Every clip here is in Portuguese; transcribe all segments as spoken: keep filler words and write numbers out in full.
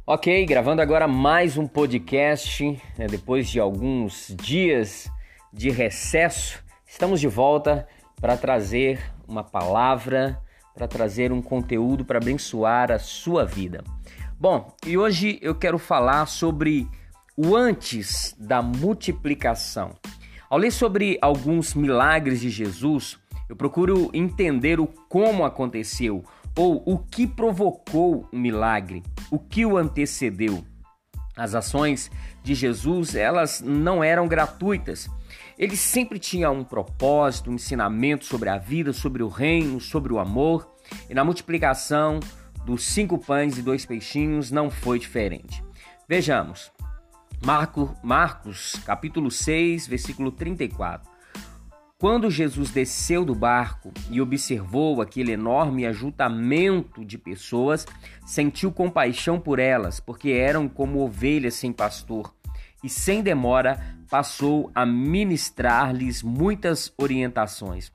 Ok, gravando agora mais um podcast, né, depois de alguns dias de recesso, estamos de volta para trazer uma palavra, para trazer um conteúdo para abençoar a sua vida. Bom, e hoje eu quero falar sobre o antes da multiplicação. Ao ler sobre alguns milagres de Jesus, eu procuro entender o como aconteceu, ou o que provocou o milagre, o que o antecedeu. As ações de Jesus, elas não eram gratuitas. Ele sempre tinha um propósito, um ensinamento sobre a vida, sobre o reino, sobre o amor. E na multiplicação dos cinco pães e dois peixinhos não foi diferente. Vejamos, Marco, Marcos, capítulo seis, versículo trinta e quatro. Quando Jesus desceu do barco e observou aquele enorme ajuntamento de pessoas, sentiu compaixão por elas, porque eram como ovelhas sem pastor, e sem demora passou a ministrar-lhes muitas orientações.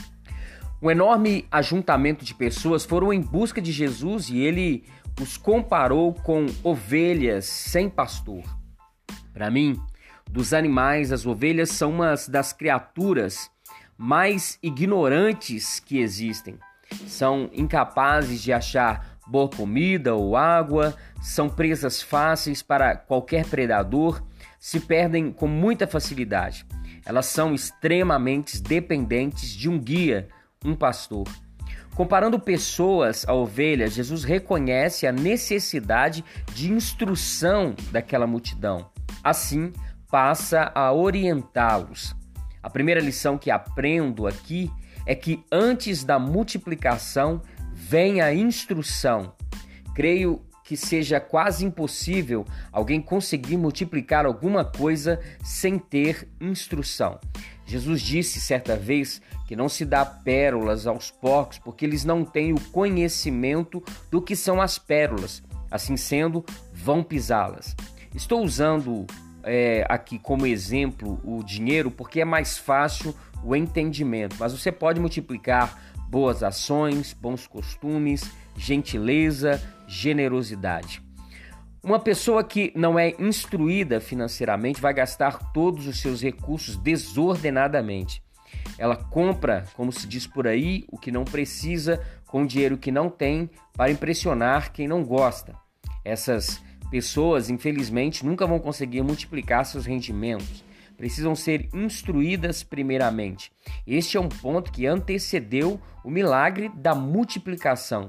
Um enorme ajuntamento de pessoas foram em busca de Jesus e ele os comparou com ovelhas sem pastor. Para mim, dos animais, as ovelhas são uma das criaturas mais ignorantes que existem. São incapazes de achar boa comida ou água, são presas fáceis para qualquer predador, se perdem com muita facilidade. Elas são extremamente dependentes de um guia, um pastor. Comparando pessoas a ovelhas, Jesus reconhece a necessidade de instrução daquela multidão. Assim, passa a orientá-los. A primeira lição que aprendo aqui é que antes da multiplicação vem a instrução. Creio que seja quase impossível alguém conseguir multiplicar alguma coisa sem ter instrução. Jesus disse certa vez que não se dá pérolas aos porcos porque eles não têm o conhecimento do que são as pérolas. Assim sendo, vão pisá-las. Estou usando É, aqui como exemplo o dinheiro porque é mais fácil o entendimento, mas você pode multiplicar boas ações, bons costumes, gentileza, generosidade. Uma pessoa que não é instruída financeiramente vai gastar todos os seus recursos desordenadamente. Ela compra, como se diz por aí, o que não precisa com dinheiro que não tem para impressionar quem não gosta. Essas pessoas, infelizmente, nunca vão conseguir multiplicar seus rendimentos. Precisam ser instruídas primeiramente. Este é um ponto que antecedeu o milagre da multiplicação.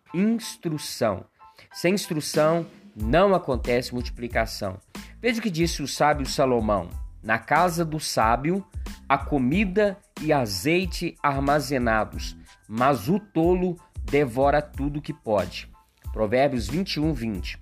Instrução. Sem instrução, não acontece multiplicação. Veja o que disse o sábio Salomão. Na casa do sábio, há comida e azeite armazenados, mas o tolo devora tudo que pode. Provérbios vinte e um, vinte.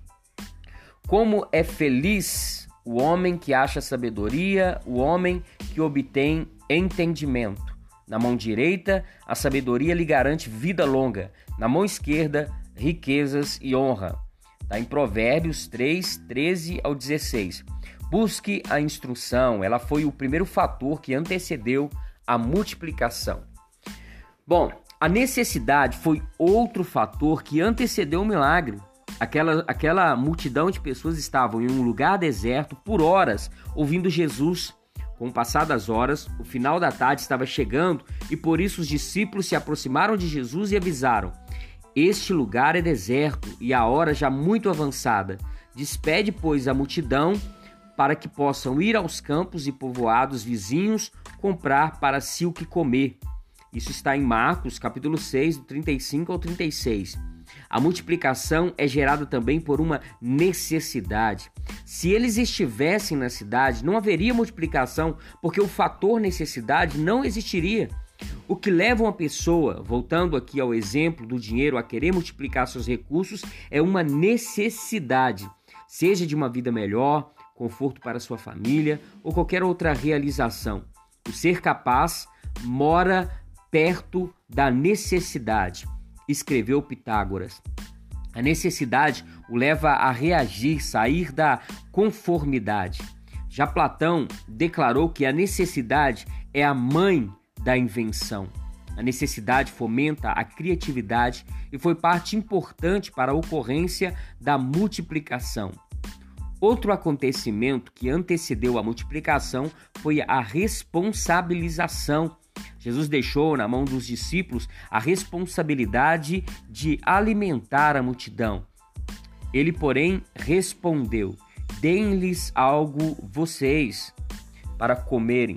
Como é feliz o homem que acha sabedoria, o homem que obtém entendimento. Na mão direita, a sabedoria lhe garante vida longa. Na mão esquerda, riquezas e honra. Está em Provérbios três, treze ao dezesseis. Busque a instrução, ela foi o primeiro fator que antecedeu a multiplicação. Bom, a necessidade foi outro fator que antecedeu o milagre. Aquela, aquela multidão de pessoas estavam em um lugar deserto por horas, ouvindo Jesus. Com o passar das horas, o final da tarde estava chegando e por isso os discípulos se aproximaram de Jesus e avisaram: este lugar é deserto e a hora já muito avançada. Despede, pois, a multidão para que possam ir aos campos e povoados vizinhos comprar para si o que comer. Isso está em Marcos, capítulo seis, do trinta e cinco ao trinta e seis. A multiplicação é gerada também por uma necessidade. Se eles estivessem na cidade, não haveria multiplicação, porque o fator necessidade não existiria. O que leva uma pessoa, voltando aqui ao exemplo do dinheiro, a querer multiplicar seus recursos é uma necessidade, seja de uma vida melhor, conforto para sua família ou qualquer outra realização. O ser capaz mora perto da necessidade. Escreveu Pitágoras. A necessidade o leva a reagir, sair da conformidade. Já Platão declarou que a necessidade é a mãe da invenção. A necessidade fomenta a criatividade e foi parte importante para a ocorrência da multiplicação. Outro acontecimento que antecedeu a multiplicação foi a responsabilização. Jesus deixou na mão dos discípulos a responsabilidade de alimentar a multidão. Ele, porém, respondeu: deem-lhes algo vocês para comerem.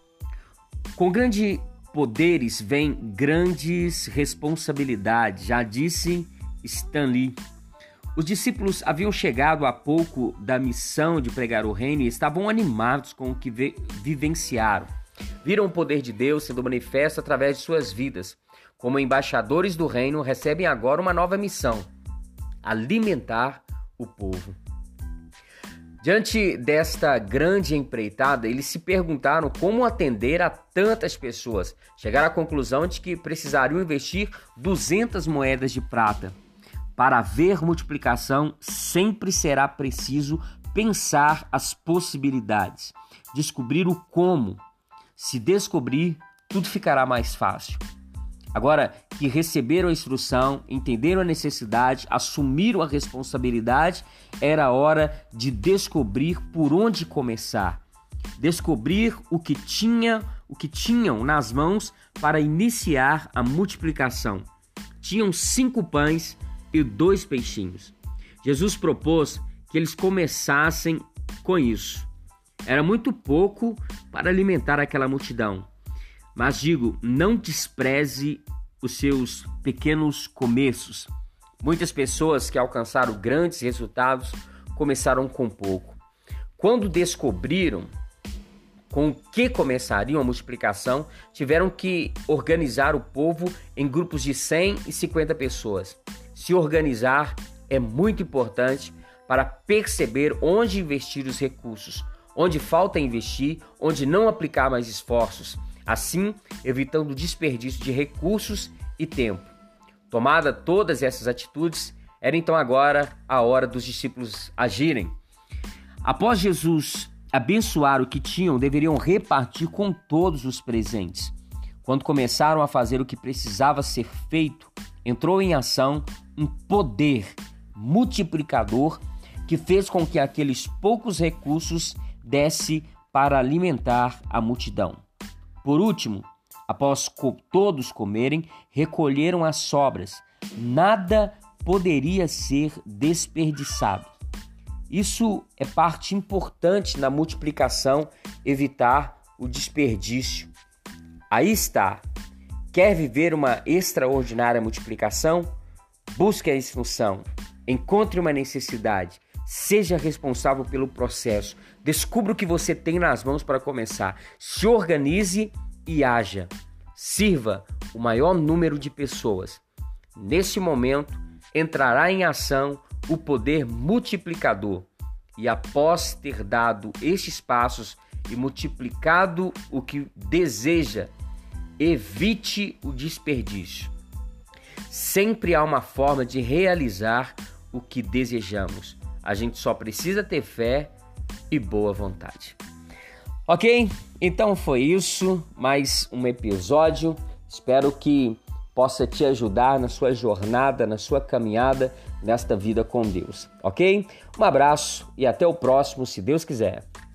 Com grandes poderes vem grandes responsabilidades, já disse Stanley. Os discípulos haviam chegado há pouco da missão de pregar o reino e estavam animados com o que vivenciaram. Viram o poder de Deus sendo manifesto através de suas vidas. Como embaixadores do reino, recebem agora uma nova missão: alimentar o povo. Diante desta grande empreitada, eles se perguntaram como atender a tantas pessoas. Chegaram à conclusão de que precisariam investir duzentas moedas de prata. Para haver multiplicação, sempre será preciso pensar as possibilidades, descobrir o como. Se descobrir, tudo ficará mais fácil. Agora que receberam a instrução, entenderam a necessidade, assumiram a responsabilidade, era hora de descobrir por onde começar. Descobrir o que tinha, o que tinham nas mãos para iniciar a multiplicação. Tinham cinco pães e dois peixinhos. Jesus propôs que eles começassem com isso. Era muito pouco para alimentar aquela multidão. Mas digo, não despreze os seus pequenos começos. Muitas pessoas que alcançaram grandes resultados começaram com pouco. Quando descobriram com o que começariam a multiplicação, tiveram que organizar o povo em grupos de cem e cinquenta pessoas. Se organizar é muito importante para perceber onde investir os recursos, onde falta investir, onde não aplicar mais esforços, assim evitando o desperdício de recursos e tempo. Tomada todas essas atitudes, era então agora a hora dos discípulos agirem. Após Jesus abençoar o que tinham, deveriam repartir com todos os presentes. Quando começaram a fazer o que precisava ser feito, entrou em ação um poder multiplicador que fez com que aqueles poucos recursos desse para alimentar a multidão. Por último, após todos comerem, recolheram as sobras. Nada poderia ser desperdiçado. Isso é parte importante na multiplicação, evitar o desperdício. Aí está. Quer viver uma extraordinária multiplicação? Busque a instrução. Encontre uma necessidade. Seja responsável pelo processo. Descubra o que você tem nas mãos para começar. Se organize e haja. Sirva o maior número de pessoas. Nesse momento, entrará em ação o poder multiplicador. E após ter dado estes passos e multiplicado o que deseja, evite o desperdício. Sempre há uma forma de realizar o que desejamos. A gente só precisa ter fé e boa vontade. Ok? Então foi isso, mais um episódio. Espero que possa te ajudar na sua jornada, na sua caminhada nesta vida com Deus. Ok? Um abraço e até o próximo, se Deus quiser.